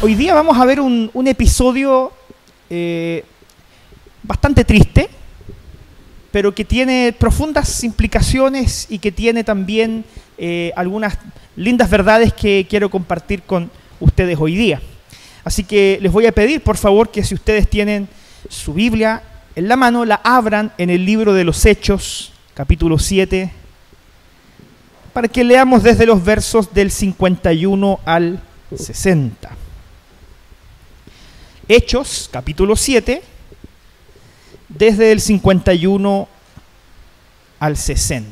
Hoy día vamos a ver un episodio bastante triste, pero que tiene profundas implicaciones y que tiene también algunas lindas verdades que quiero compartir con ustedes hoy día. Así que les voy a pedir, por favor, que si ustedes tienen su Biblia en la mano, la abran en el libro de los Hechos, capítulo 7, para que leamos desde los versos del 51 al 60. Hechos, capítulo 7, desde el 51 al 60.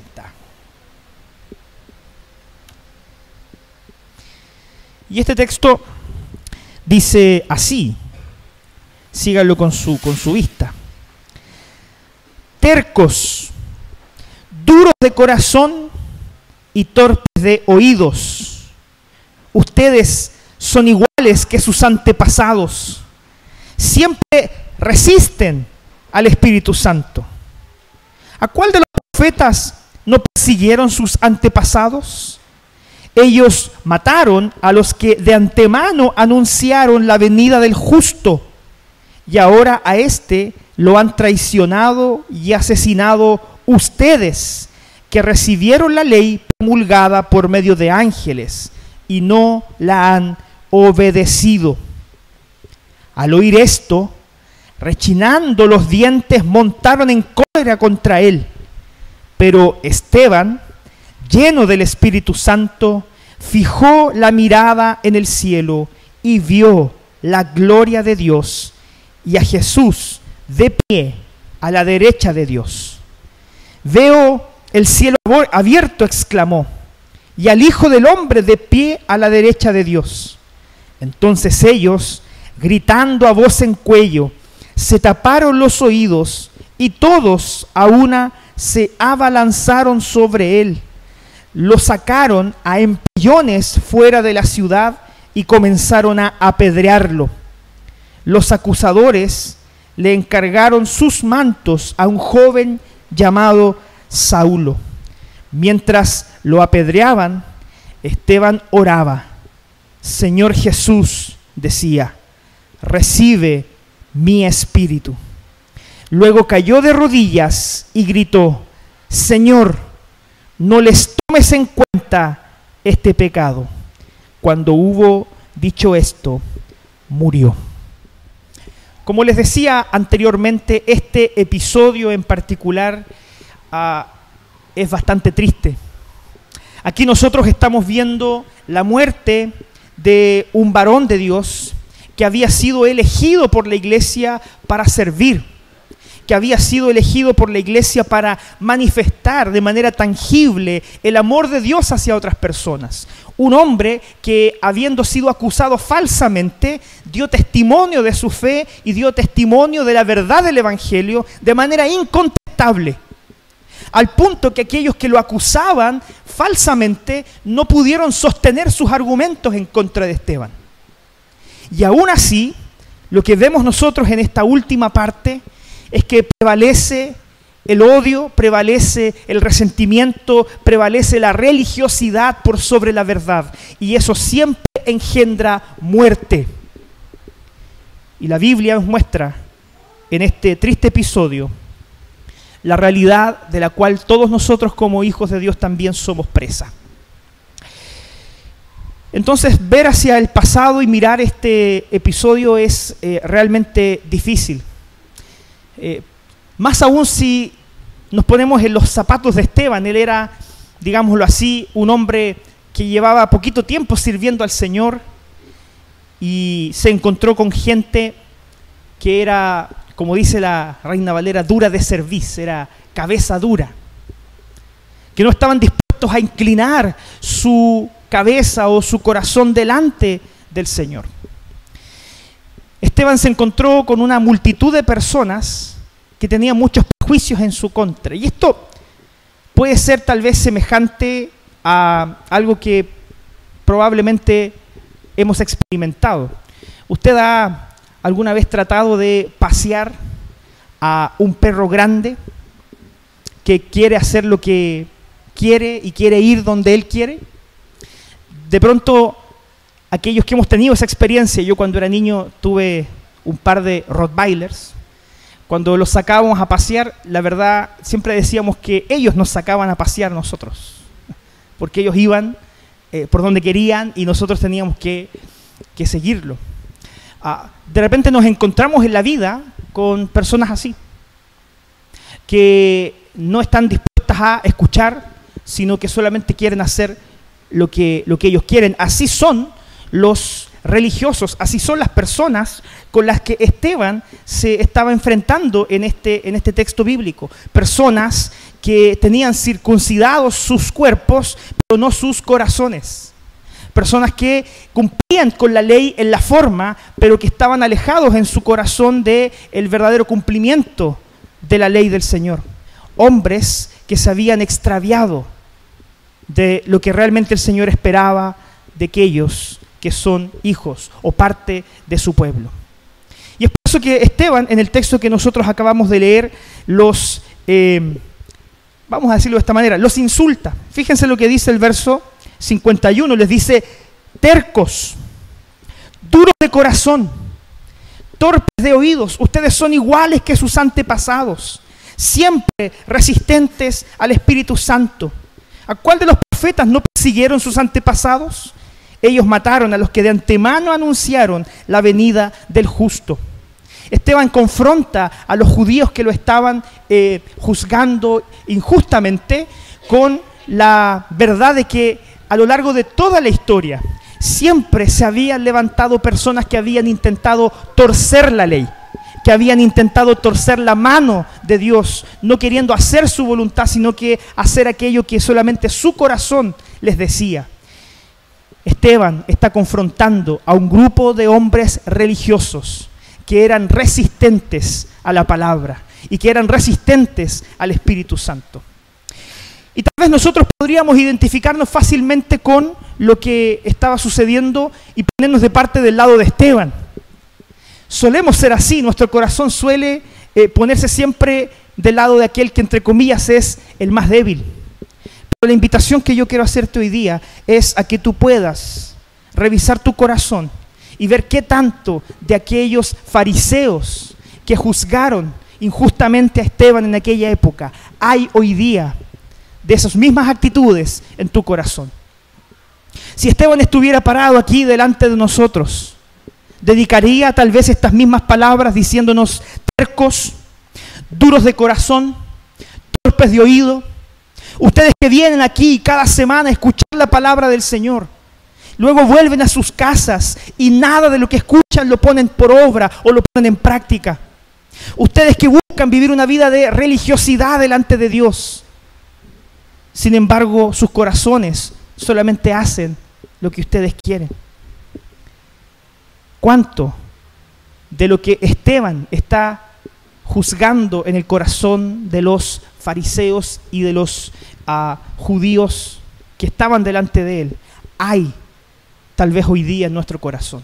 Y este texto dice así, síganlo con su vista. Tercos, duros de corazón y torpes de oídos, ustedes son iguales que sus antepasados. Siempre resisten al Espíritu Santo. ¿A cuál de los profetas no persiguieron sus antepasados? Ellos mataron a los que de antemano anunciaron la venida del justo, y ahora a este lo han traicionado y asesinado ustedes, que recibieron la ley promulgada por medio de ángeles y no la han obedecido. Al oír esto, rechinando los dientes, montaron en cólera contra él. Pero Esteban, lleno del Espíritu Santo, fijó la mirada en el cielo y vio la gloria de Dios y a Jesús de pie a la derecha de Dios. Veo el cielo abierto, exclamó, y al Hijo del Hombre de pie a la derecha de Dios. Entonces ellos, gritando a voz en cuello, se taparon los oídos y todos a una se abalanzaron sobre él. Lo sacaron a empellones fuera de la ciudad y comenzaron a apedrearlo. Los acusadores le encargaron sus mantos a un joven llamado Saulo. Mientras lo apedreaban, Esteban oraba. Señor Jesús, decía, recibe mi espíritu. Luego cayó de rodillas y gritó, Señor, no les tomes en cuenta este pecado. Cuando hubo dicho esto, murió. Como les decía anteriormente, este episodio en particular es bastante triste. Aquí nosotros estamos viendo la muerte de un varón de Dios que había sido elegido por la iglesia para servir, que había sido elegido por la iglesia para manifestar de manera tangible el amor de Dios hacia otras personas. Un hombre que, habiendo sido acusado falsamente, dio testimonio de su fe y dio testimonio de la verdad del Evangelio de manera incontestable, al punto que aquellos que lo acusaban falsamente no pudieron sostener sus argumentos en contra de Esteban. Y aún así, lo que vemos nosotros en esta última parte es que prevalece el odio, prevalece el resentimiento, prevalece la religiosidad por sobre la verdad. Y eso siempre engendra muerte. Y la Biblia nos muestra en este triste episodio la realidad de la cual todos nosotros como hijos de Dios también somos presa. Entonces, ver hacia el pasado y mirar este episodio es realmente difícil. Más aún si nos ponemos en los zapatos de Esteban. Él era, digámoslo así, un hombre que llevaba poquito tiempo sirviendo al Señor y se encontró con gente que era, como dice la Reina Valera, dura de cerviz, era cabeza dura, que no estaban dispuestos a inclinar su cabeza o su corazón delante del Señor. Esteban se encontró con una multitud de personas que tenían muchos prejuicios en su contra. Y esto puede ser tal vez semejante a algo que probablemente hemos experimentado. ¿Usted ha alguna vez tratado de pasear a un perro grande que quiere hacer lo que quiere y quiere ir donde él quiere? De pronto aquellos que hemos tenido esa experiencia, yo cuando era niño tuve un par de Rottweilers, cuando los sacábamos a pasear, la verdad siempre decíamos que ellos nos sacaban a pasear nosotros, porque ellos iban por donde querían y nosotros teníamos que seguirlo. De repente nos encontramos en la vida con personas así, que no están dispuestas a escuchar, sino que solamente quieren hacer lo que ellos quieren. Así son los religiosos, así son las personas con las que Esteban se estaba enfrentando en este texto bíblico. Personas que tenían circuncidados sus cuerpos, pero no sus corazones. Personas que cumplían con la ley en la forma, pero que estaban alejados en su corazón del verdadero cumplimiento de la ley del Señor. Hombres que se habían extraviado de lo que realmente el Señor esperaba de aquellos que son hijos o parte de su pueblo. Y es por eso que Esteban, en el texto que nosotros acabamos de leer, vamos a decirlo de esta manera, los insulta. Fíjense lo que dice el verso 51, les dice: tercos, duros de corazón, torpes de oídos, ustedes son iguales que sus antepasados, siempre resistentes al Espíritu Santo. ¿A cuál de los profetas no persiguieron sus antepasados? Ellos mataron a los que de antemano anunciaron la venida del justo. Esteban confronta a los judíos que lo estaban juzgando injustamente con la verdad de que a lo largo de toda la historia siempre se habían levantado personas que habían intentado torcer la ley, que habían intentado torcer la mano de Dios, no queriendo hacer su voluntad, sino que hacer aquello que solamente su corazón les decía. Esteban está confrontando a un grupo de hombres religiosos que eran resistentes a la palabra y que eran resistentes al Espíritu Santo. Y tal vez nosotros podríamos identificarnos fácilmente con lo que estaba sucediendo y ponernos de parte del lado de Esteban. Solemos ser así, nuestro corazón suele ponerse siempre del lado de aquel que entre comillas es el más débil. Pero la invitación que yo quiero hacerte hoy día es a que tú puedas revisar tu corazón y ver qué tanto de aquellos fariseos que juzgaron injustamente a Esteban en aquella época hay hoy día de esas mismas actitudes en tu corazón. Si Esteban estuviera parado aquí delante de nosotros, dedicaría tal vez estas mismas palabras diciéndonos: tercos, duros de corazón, torpes de oído. Ustedes que vienen aquí cada semana a escuchar la palabra del Señor, luego vuelven a sus casas y nada de lo que escuchan lo ponen por obra o lo ponen en práctica. Ustedes que buscan vivir una vida de religiosidad delante de Dios, sin embargo sus corazones solamente hacen lo que ustedes quieren. ¿Cuánto de lo que Esteban está juzgando en el corazón de los fariseos y de los judíos que estaban delante de él hay tal vez hoy día en nuestro corazón?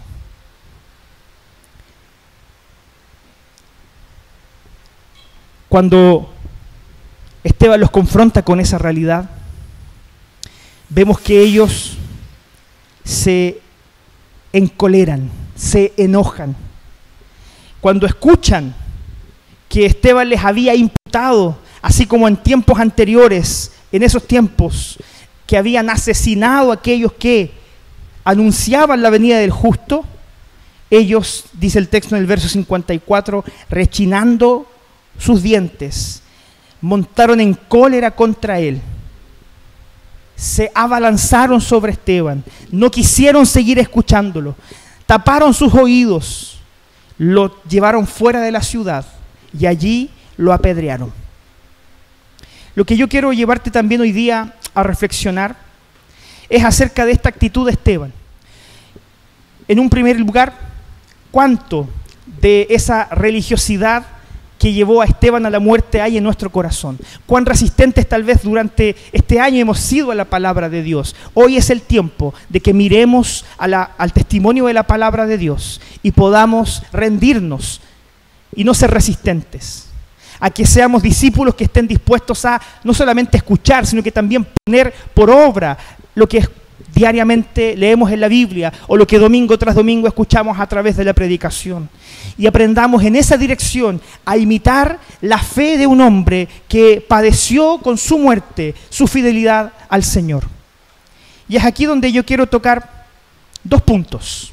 Cuando Esteban los confronta con esa realidad, vemos que ellos se encoleran, se enojan. Cuando escuchan que Esteban les había imputado, así como en tiempos anteriores, en esos tiempos, que habían asesinado a aquellos que anunciaban la venida del justo, ellos, dice el texto en el verso 54, rechinando sus dientes, montaron en cólera contra él. Se abalanzaron sobre Esteban, no quisieron seguir escuchándolo, taparon sus oídos, lo llevaron fuera de la ciudad y allí lo apedrearon. Lo que yo quiero llevarte también hoy día a reflexionar es acerca de esta actitud de Esteban. En un primer lugar, ¿cuánto de esa religiosidad que llevó a Esteban a la muerte hay en nuestro corazón? ¿Cuán resistentes tal vez durante este año hemos sido a la palabra de Dios? Hoy es el tiempo de que miremos al testimonio de la palabra de Dios y podamos rendirnos y no ser resistentes, a que seamos discípulos que estén dispuestos a no solamente escuchar, sino que también poner por obra lo que diariamente leemos en la Biblia o lo que domingo tras domingo escuchamos a través de la predicación. Y aprendamos en esa dirección a imitar la fe de un hombre que padeció con su muerte su fidelidad al Señor. Y es aquí donde yo quiero tocar dos puntos,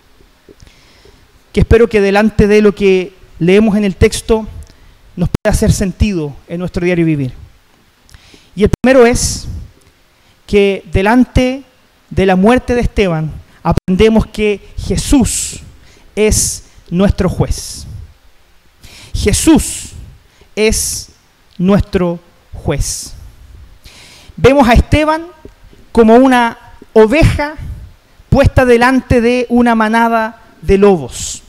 que espero que delante de lo que leemos en el texto nos pueda hacer sentido en nuestro diario vivir. Y el primero es que delante de la muerte de Esteban aprendemos que Jesús es nuestro juez. Jesús es nuestro juez. Vemos a Esteban como una oveja puesta delante de una manada de lobos.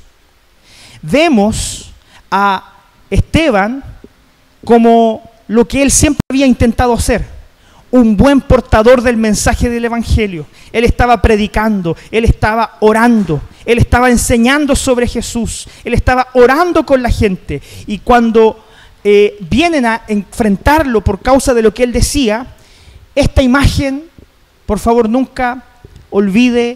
Vemos a Esteban como lo que él siempre había intentado ser, un buen portador del mensaje del Evangelio. Él estaba predicando, él estaba orando, él estaba enseñando sobre Jesús, él estaba orando con la gente. Y cuando vienen a enfrentarlo por causa de lo que él decía, esta imagen, por favor, nunca olvide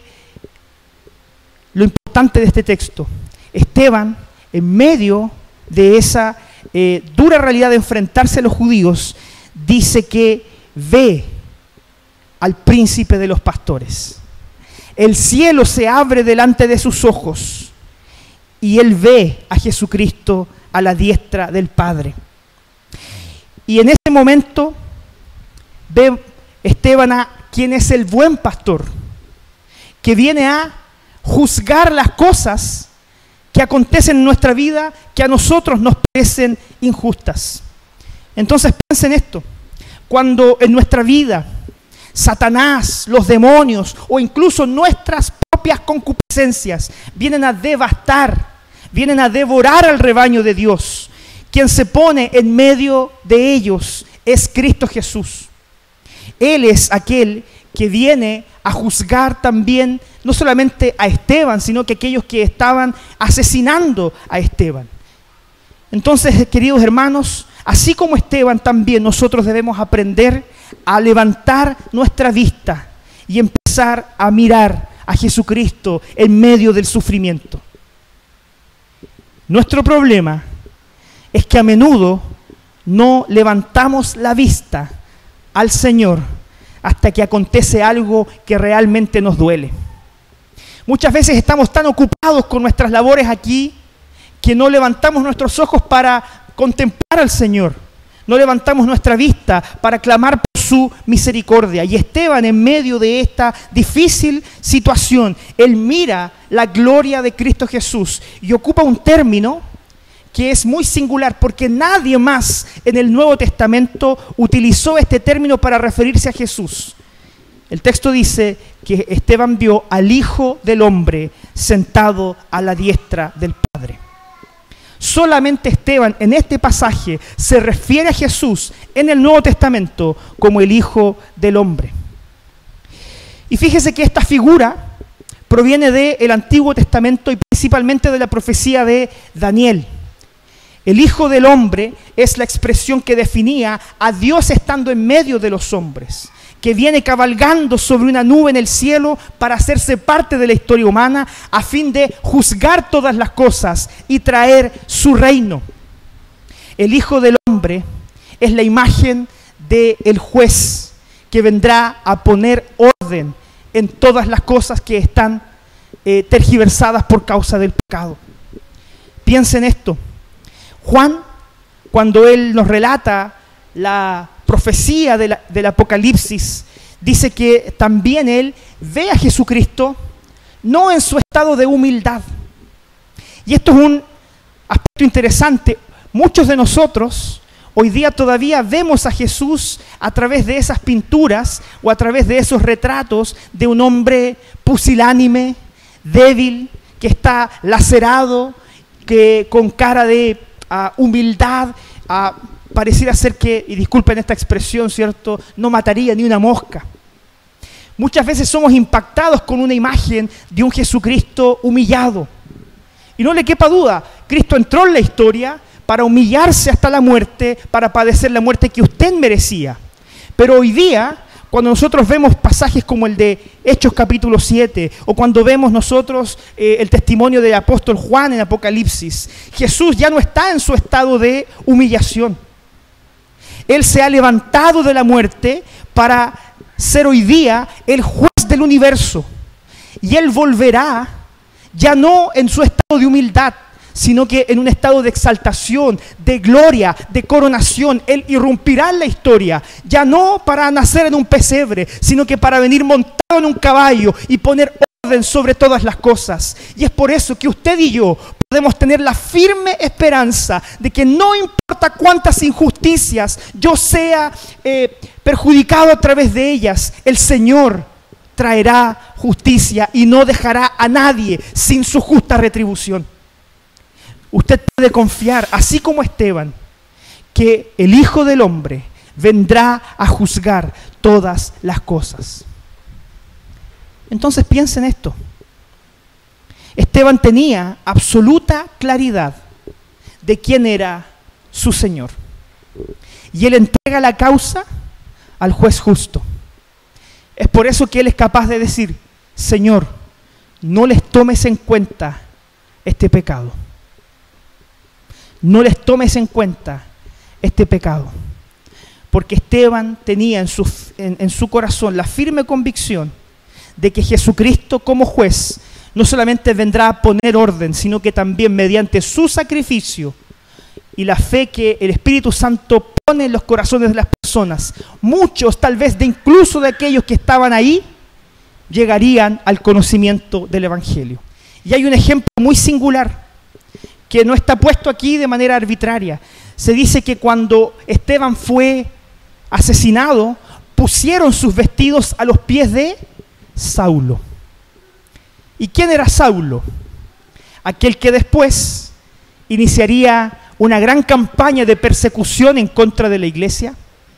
lo importante de este texto. Esteban, en medio de esa dura realidad de enfrentarse a los judíos, dice que ve al príncipe de los pastores. El cielo se abre delante de sus ojos y él ve a Jesucristo a la diestra del Padre. Y en ese momento ve Esteban a quien es el buen pastor, que viene a juzgar las cosas que acontecen en nuestra vida que a nosotros nos parecen injustas. Entonces piensen esto: cuando en nuestra vida Satanás, los demonios o incluso nuestras propias concupiscencias vienen a devastar, vienen a devorar al rebaño de Dios, quien se pone en medio de ellos es Cristo Jesús. Él es aquel que viene a juzgar también no solamente a Esteban, sino que aquellos que estaban asesinando a Esteban. Entonces, queridos hermanos, así como Esteban, también nosotros debemos aprender a levantar nuestra vista y empezar a mirar a Jesucristo en medio del sufrimiento. Nuestro problema es que a menudo no levantamos la vista al Señor hasta que acontece algo que realmente nos duele. Muchas veces estamos tan ocupados con nuestras labores aquí que no levantamos nuestros ojos para contemplar al Señor. No levantamos nuestra vista para clamar por su misericordia. Y Esteban, en medio de esta difícil situación, él mira la gloria de Cristo Jesús y ocupa un término que es muy singular, porque nadie más en el Nuevo Testamento utilizó este término para referirse a Jesús. El texto dice que Esteban vio al Hijo del Hombre sentado a la diestra del Padre. Solamente Esteban en este pasaje se refiere a Jesús en el Nuevo Testamento como el Hijo del Hombre. Y fíjese que esta figura proviene del Antiguo Testamento y principalmente de la profecía de Daniel. El Hijo del Hombre es la expresión que definía a Dios estando en medio de los hombres, que viene cabalgando sobre una nube en el cielo para hacerse parte de la historia humana a fin de juzgar todas las cosas y traer su reino. El Hijo del Hombre es la imagen del juez que vendrá a poner orden en todas las cosas que están tergiversadas por causa del pecado. Piensen esto. Juan, cuando él nos relata la profecía del Apocalipsis, dice que también él ve a Jesucristo no en su estado de humildad. Y esto es un aspecto interesante. Muchos de nosotros hoy día todavía vemos a Jesús a través de esas pinturas o a través de esos retratos de un hombre pusilánime, débil, que está lacerado, que con cara de humildad, pareciera ser que, y disculpen esta expresión, ¿cierto?, no mataría ni una mosca. Muchas veces somos impactados con una imagen de un Jesucristo humillado. Y no le quepa duda, Cristo entró en la historia para humillarse hasta la muerte, para padecer la muerte que usted merecía. Pero hoy día, Cuando nosotros vemos pasajes como el de Hechos capítulo 7, o cuando vemos nosotros el testimonio del apóstol Juan en Apocalipsis, Jesús ya no está en su estado de humillación. Él se ha levantado de la muerte para ser hoy día el juez del universo. Y Él volverá ya no en su estado de humildad, sino que en un estado de exaltación, de gloria, de coronación. Él irrumpirá en la historia, ya no para nacer en un pesebre, sino que para venir montado en un caballo y poner orden sobre todas las cosas. Y es por eso que usted y yo podemos tener la firme esperanza de que no importa cuántas injusticias yo sea perjudicado a través de ellas, el Señor traerá justicia y no dejará a nadie sin su justa retribución. Usted puede confiar, así como Esteban, que el Hijo del Hombre vendrá a juzgar todas las cosas. Entonces piensen en esto. Esteban tenía absoluta claridad de quién era su Señor. Y él entrega la causa al juez justo. Es por eso que él es capaz de decir: Señor, no les tomes en cuenta este pecado. No les tomes en cuenta este pecado. Porque Esteban tenía en su corazón la firme convicción de que Jesucristo como juez no solamente vendrá a poner orden, sino que también mediante su sacrificio y la fe que el Espíritu Santo pone en los corazones de las personas, muchos tal vez incluso de aquellos que estaban ahí, llegarían al conocimiento del Evangelio. Y hay un ejemplo muy singular que no está puesto aquí de manera arbitraria. Se dice que cuando Esteban fue asesinado, pusieron sus vestidos a los pies de Saulo. ¿Y quién era Saulo? Aquel que después iniciaría una gran campaña de persecución en contra de la iglesia,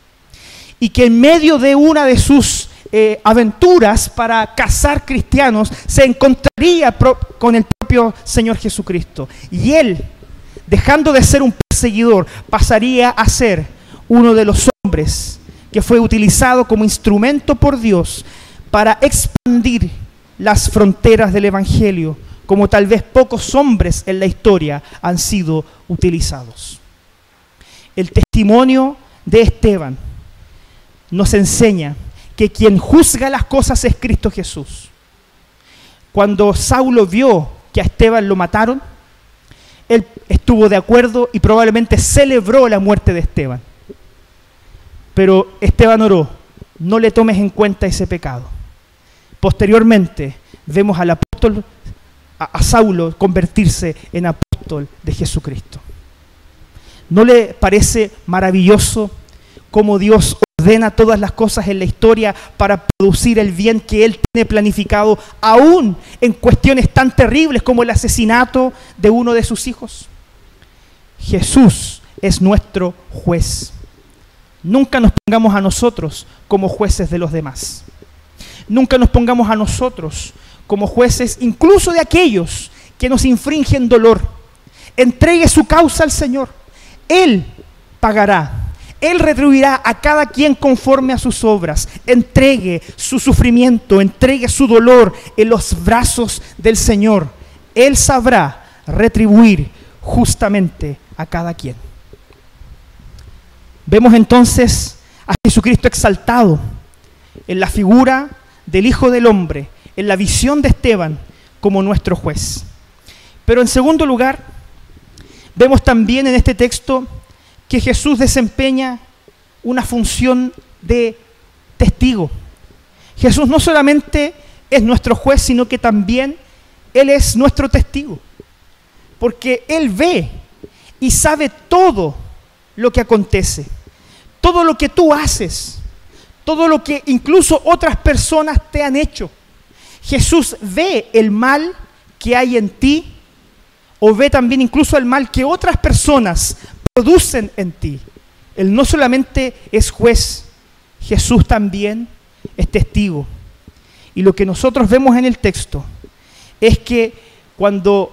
y que en medio de una de sus aventuras para cazar cristianos se encontraría con el propio Señor Jesucristo. Y él, dejando de ser un perseguidor, pasaría a ser uno de los hombres que fue utilizado como instrumento por Dios para expandir las fronteras del Evangelio, como tal vez pocos hombres en la historia han sido utilizados. El testimonio de Esteban nos enseña que quien juzga las cosas es Cristo Jesús. Cuando Saulo vio que a Esteban lo mataron, él estuvo de acuerdo y probablemente celebró la muerte de Esteban. Pero Esteban oró: no le tomes en cuenta ese pecado. Posteriormente vemos al apóstol, a Saulo, convertirse en apóstol de Jesucristo. ¿No le parece maravilloso cómo Dios ordena todas las cosas en la historia para producir el bien que Él tiene planificado, aún en cuestiones tan terribles como el asesinato de uno de sus hijos? Jesús es nuestro juez. Nunca nos pongamos a nosotros como jueces de los demás. Nunca nos pongamos a nosotros como jueces incluso de aquellos que nos infringen dolor. Entregue su causa al Señor. Él pagará. Él retribuirá a cada quien conforme a sus obras. Entregue su sufrimiento, entregue su dolor en los brazos del Señor. Él sabrá retribuir justamente a cada quien. Vemos entonces a Jesucristo exaltado en la figura del Hijo del Hombre, en la visión de Esteban como nuestro juez. Pero en segundo lugar, vemos también en este texto que Jesús desempeña una función de testigo. Jesús no solamente es nuestro juez, sino que también Él es nuestro testigo. Porque Él ve y sabe todo lo que acontece, todo lo que tú haces, todo lo que incluso otras personas te han hecho. Jesús ve el mal que hay en ti, o ve también incluso el mal que otras personas producen en ti. Él no solamente es juez, Jesús también es testigo. Y lo que nosotros vemos en el texto es que cuando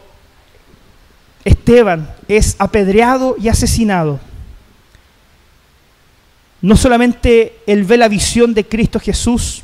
Esteban es apedreado y asesinado, no solamente él ve la visión de Cristo Jesús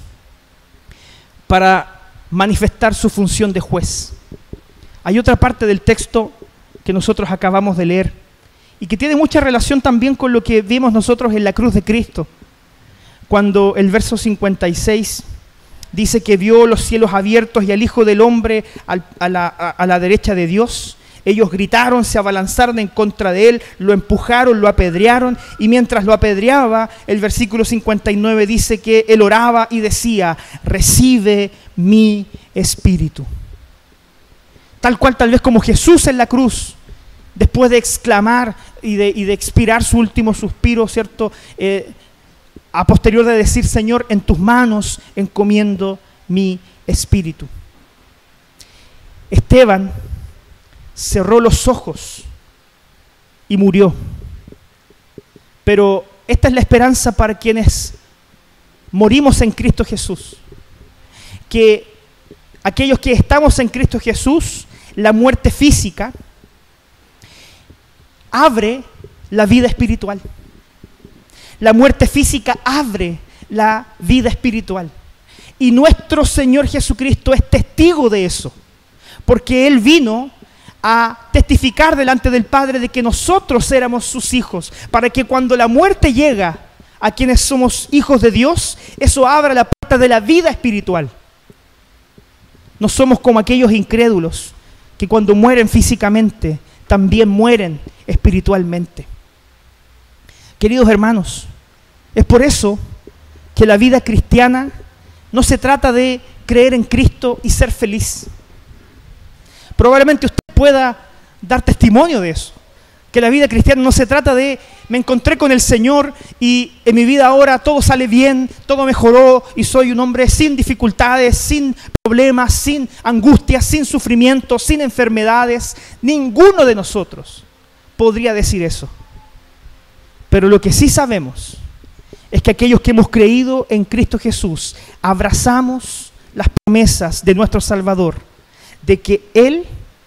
para manifestar su función de juez. Hay otra parte del texto que nosotros acabamos de leer y que tiene mucha relación también con lo que vimos nosotros en la cruz de Cristo, cuando el verso 56 dice que vio los cielos abiertos y al Hijo del Hombre a la derecha de Dios. Ellos gritaron, se abalanzaron en contra de él, lo empujaron, lo apedrearon, y mientras lo apedreaba, el versículo 59 dice que él oraba y decía: recibe mi espíritu. Tal cual, tal vez como Jesús en la cruz, después de exclamar y de expirar su último suspiro, ¿cierto? A posterior de decir: Señor, en tus manos encomiendo mi espíritu. Esteban cerró los ojos y murió. Pero esta es la esperanza para quienes morimos en Cristo Jesús. Que aquellos que estamos en Cristo Jesús, la muerte física abre la vida espiritual. La muerte física abre la vida espiritual. Y nuestro Señor Jesucristo es testigo de eso, porque Él vino a testificar delante del Padre de que nosotros éramos sus hijos, para que cuando la muerte llega a quienes somos hijos de Dios, eso abra la puerta de la vida espiritual. No somos como aquellos incrédulos que cuando mueren físicamente también mueren espiritualmente. Queridos hermanos, es por eso que la vida cristiana no se trata de creer en Cristo y ser feliz. Probablemente usted pueda dar testimonio de eso, que la vida cristiana no se trata de me encontré con el Señor y en mi vida ahora todo sale bien, todo mejoró y soy un hombre sin dificultades, sin problemas, sin angustias, sin sufrimiento, sin enfermedades. Ninguno de nosotros podría decir eso. Pero lo que sí sabemos es que aquellos que hemos creído en Cristo Jesús abrazamos las promesas de nuestro Salvador, de que Él,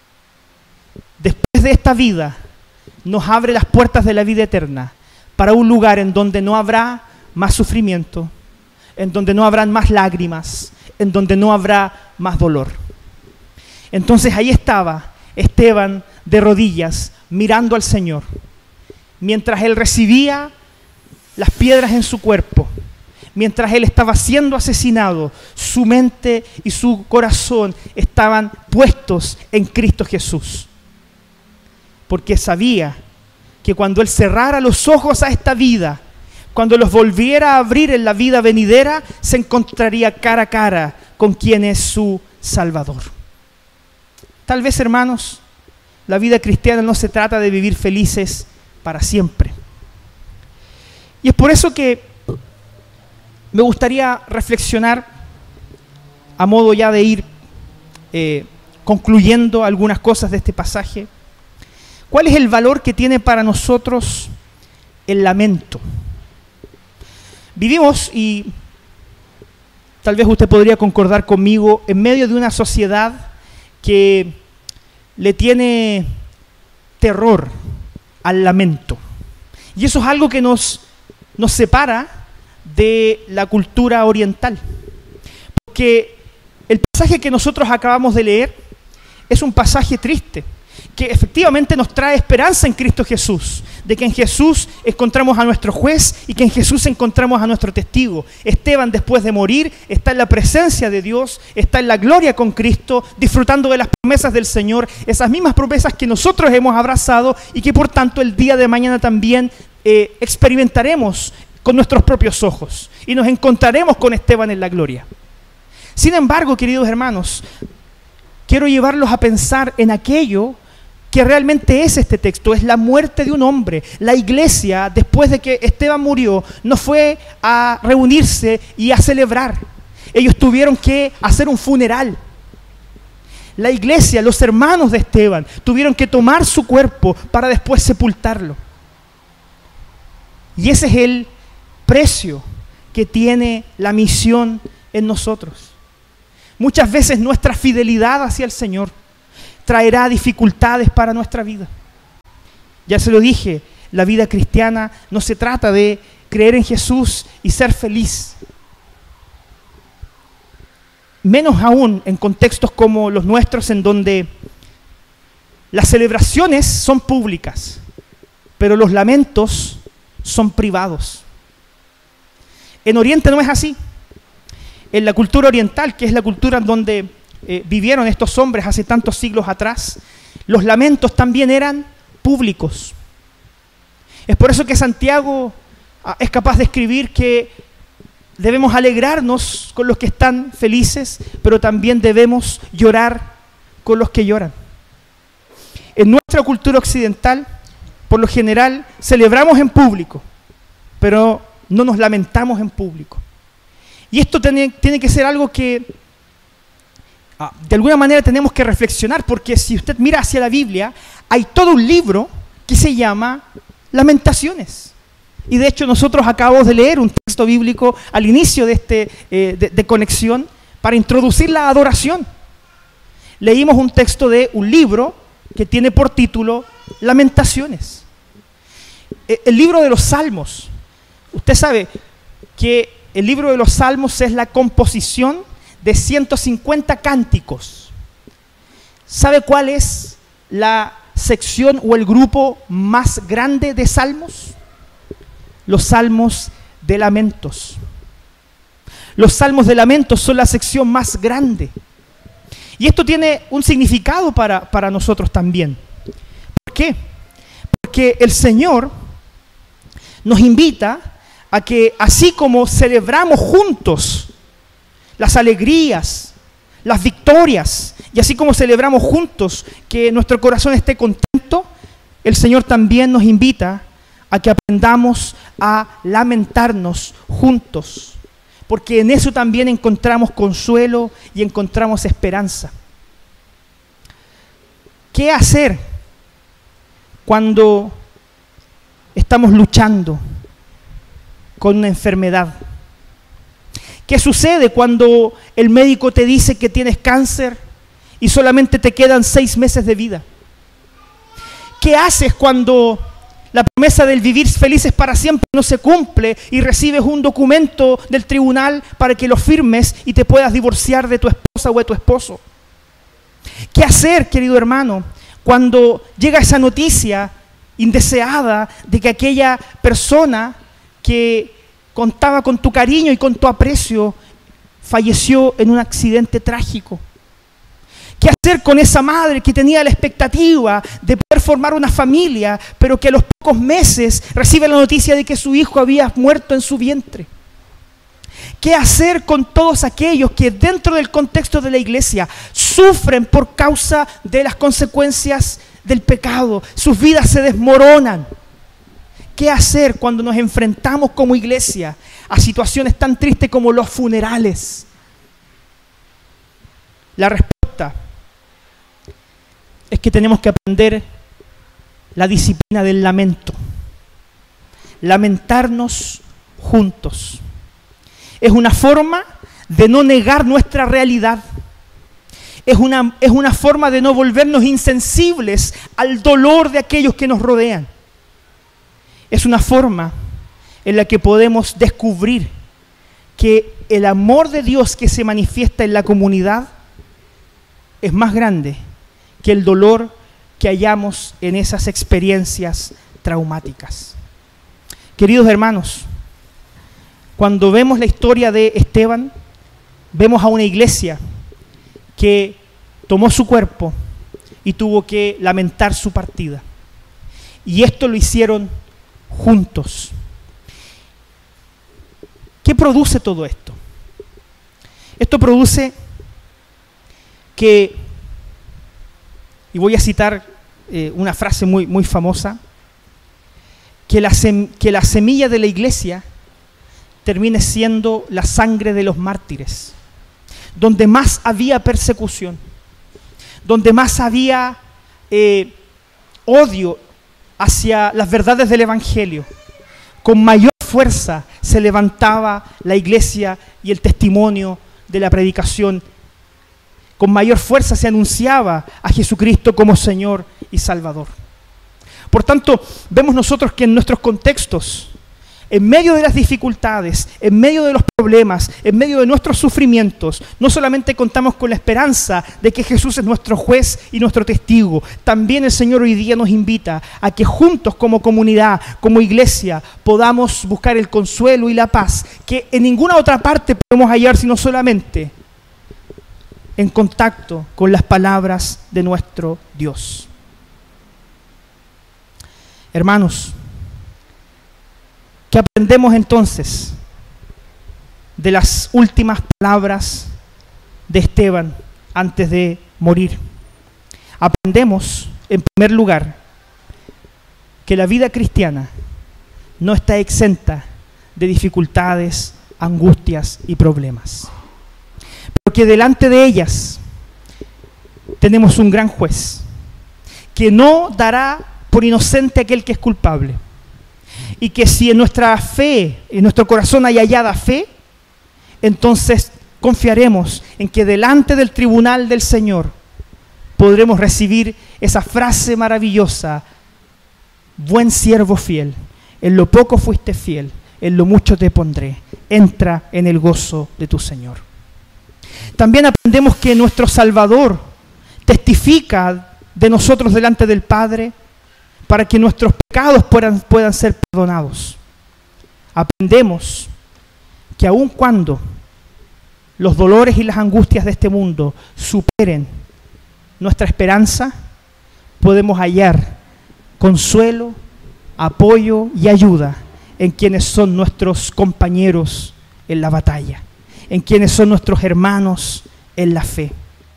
después de esta vida, nos abre las puertas de la vida eterna para un lugar en donde no habrá más sufrimiento, en donde no habrán más lágrimas, en donde no habrá más dolor. Entonces ahí estaba Esteban de rodillas mirando al Señor, mientras él recibía las piedras en su cuerpo, mientras él estaba siendo asesinado, su mente y su corazón estaban puestos en Cristo Jesús. Porque sabía que cuando él cerrara los ojos a esta vida, cuando los volviera a abrir en la vida venidera, se encontraría cara a cara con quien es su Salvador. Tal vez, hermanos, la vida cristiana no se trata de vivir felices para siempre. Y es por eso que me gustaría reflexionar, a modo ya de ir concluyendo algunas cosas de este pasaje. ¿Cuál es el valor que tiene para nosotros el lamento? Vivimos, y tal vez usted podría concordar conmigo, en medio de una sociedad que le tiene terror al lamento. Y eso es algo que nos separa de la cultura oriental. Porque el pasaje que nosotros acabamos de leer es un pasaje triste, que efectivamente nos trae esperanza en Cristo Jesús, de que en Jesús encontramos a nuestro juez y que en Jesús encontramos a nuestro testigo. Esteban, después de morir, está en la presencia de Dios, está en la gloria con Cristo, disfrutando de las promesas del Señor, esas mismas promesas que nosotros hemos abrazado y que por tanto el día de mañana también experimentaremos con nuestros propios ojos y nos encontraremos con Esteban en la gloria. Sin embargo, queridos hermanos, quiero llevarlos a pensar en aquello que realmente es este texto, es la muerte de un hombre. La iglesia, después de que Esteban murió, no fue a reunirse y a celebrar. Ellos tuvieron que hacer un funeral. La iglesia, los hermanos de Esteban, tuvieron que tomar su cuerpo para después sepultarlo. Y ese es el precio que tiene la misión en nosotros. Muchas veces nuestra fidelidad hacia el Señor traerá dificultades para nuestra vida. Ya se lo dije, la vida cristiana no se trata de creer en Jesús y ser feliz. Menos aún en contextos como los nuestros, en donde las celebraciones son públicas, pero los lamentos son privados. En Oriente no es así. En la cultura oriental, que es la cultura en donde vivieron estos hombres hace tantos siglos atrás, los lamentos también eran públicos. Es por eso que Santiago es capaz de escribir que debemos alegrarnos con los que están felices, pero también debemos llorar con los que lloran. En nuestra cultura occidental, por lo general, celebramos en público, pero no nos lamentamos en público. Y esto tiene que ser algo que, de alguna manera, tenemos que reflexionar, porque si usted mira hacia la Biblia, hay todo un libro que se llama Lamentaciones. Y de hecho nosotros acabamos de leer un texto bíblico al inicio de de conexión para introducir la adoración. Leímos un texto de un libro que tiene por título Lamentaciones. El libro de los Salmos. Usted sabe que el libro de los Salmos es la composición de 150 cánticos. ¿Sabe cuál es la sección o el grupo más grande de salmos? Los salmos de lamentos. Los salmos de lamentos son la sección más grande. Y esto tiene un significado para nosotros también. ¿Por qué? Porque el Señor nos invita a que, así como celebramos juntos las alegrías, las victorias, y así como celebramos juntos que nuestro corazón esté contento, el Señor también nos invita a que aprendamos a lamentarnos juntos, porque en eso también encontramos consuelo y encontramos esperanza. ¿Qué hacer cuando estamos luchando con una enfermedad? ¿Qué sucede cuando el médico te dice que tienes cáncer y solamente te quedan 6 meses de vida? ¿Qué haces cuando la promesa del vivir felices para siempre no se cumple y recibes un documento del tribunal para que lo firmes y te puedas divorciar de tu esposa o de tu esposo? ¿Qué hacer, querido hermano, cuando llega esa noticia indeseada de que aquella persona que contaba con tu cariño y con tu aprecio falleció en un accidente trágico? ¿Qué hacer con esa madre que tenía la expectativa de poder formar una familia, pero que a los pocos meses recibe la noticia de que su hijo había muerto en su vientre? ¿Qué hacer con todos aquellos que dentro del contexto de la iglesia sufren por causa de las consecuencias del pecado? Sus vidas se desmoronan. ¿Qué hacer cuando nos enfrentamos como iglesia a situaciones tan tristes como los funerales? La respuesta es que tenemos que aprender la disciplina del lamento. Lamentarnos juntos. Es una forma de no negar nuestra realidad. Es una forma de no volvernos insensibles al dolor de aquellos que nos rodean. Es una forma en la que podemos descubrir que el amor de Dios que se manifiesta en la comunidad es más grande que el dolor que hallamos en esas experiencias traumáticas. Queridos hermanos, cuando vemos la historia de Esteban, vemos a una iglesia que tomó su cuerpo y tuvo que lamentar su partida. Y esto lo hicieron juntos. ¿Qué produce todo esto? Esto produce que, y voy a citar una frase muy famosa, que la semilla de la iglesia termine siendo la sangre de los mártires, donde más había persecución, donde más había odio hacia las verdades del Evangelio, con mayor fuerza se levantaba la iglesia y el testimonio de la predicación. Con mayor fuerza se anunciaba a Jesucristo como Señor y Salvador. Por tanto, vemos nosotros que en nuestros contextos en medio de las dificultades, en medio de los problemas, en medio de nuestros sufrimientos, no solamente contamos con la esperanza de que Jesús es nuestro juez y nuestro testigo, también el Señor hoy día nos invita a que juntos como comunidad, como iglesia, podamos buscar el consuelo y la paz que en ninguna otra parte podemos hallar, sino solamente en contacto con las palabras de nuestro Dios. Hermanos, ¿qué aprendemos entonces de las últimas palabras de Esteban antes de morir? Aprendemos, en primer lugar, que la vida cristiana no está exenta de dificultades, angustias y problemas. Porque delante de ellas tenemos un gran juez que no dará por inocente a aquel que es culpable. Y que si en nuestra fe, en nuestro corazón hay hallada fe, entonces confiaremos en que delante del tribunal del Señor podremos recibir esa frase maravillosa: buen siervo fiel, en lo poco fuiste fiel, en lo mucho te pondré, entra en el gozo de tu Señor. También aprendemos que nuestro Salvador testifica de nosotros delante del Padre para que nuestros pecados puedan ser perdonados. Aprendemos que aun cuando los dolores y las angustias de este mundo superen nuestra esperanza, podemos hallar consuelo, apoyo y ayuda en quienes son nuestros compañeros en la batalla, en quienes son nuestros hermanos en la fe.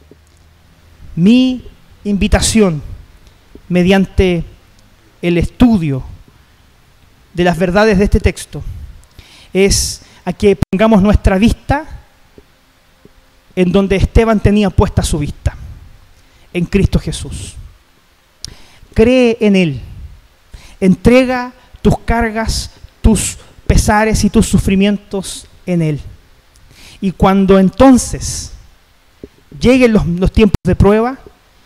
Mi invitación, mediante el estudio de las verdades de este texto, es a que pongamos nuestra vista en donde Esteban tenía puesta su vista, en Cristo Jesús. Cree en Él, entrega tus cargas, tus pesares y tus sufrimientos en Él. Y cuando entonces lleguen los tiempos de prueba,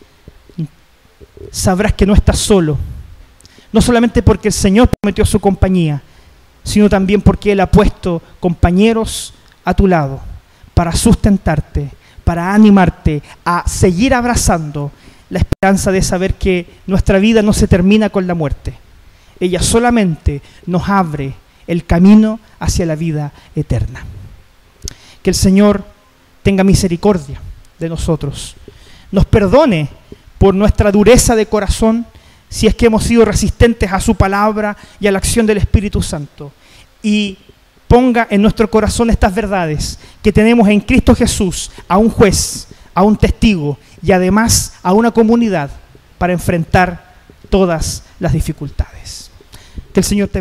sabrás que no estás solo. No solamente porque el Señor prometió su compañía, sino también porque Él ha puesto compañeros a tu lado para sustentarte, para animarte a seguir abrazando la esperanza de saber que nuestra vida no se termina con la muerte. Ella solamente nos abre el camino hacia la vida eterna. Que el Señor tenga misericordia de nosotros, nos perdone por nuestra dureza de corazón, si es que hemos sido resistentes a su palabra y a la acción del Espíritu Santo, y ponga en nuestro corazón estas verdades, que tenemos en Cristo Jesús a un juez, a un testigo y además a una comunidad para enfrentar todas las dificultades. Que el Señor te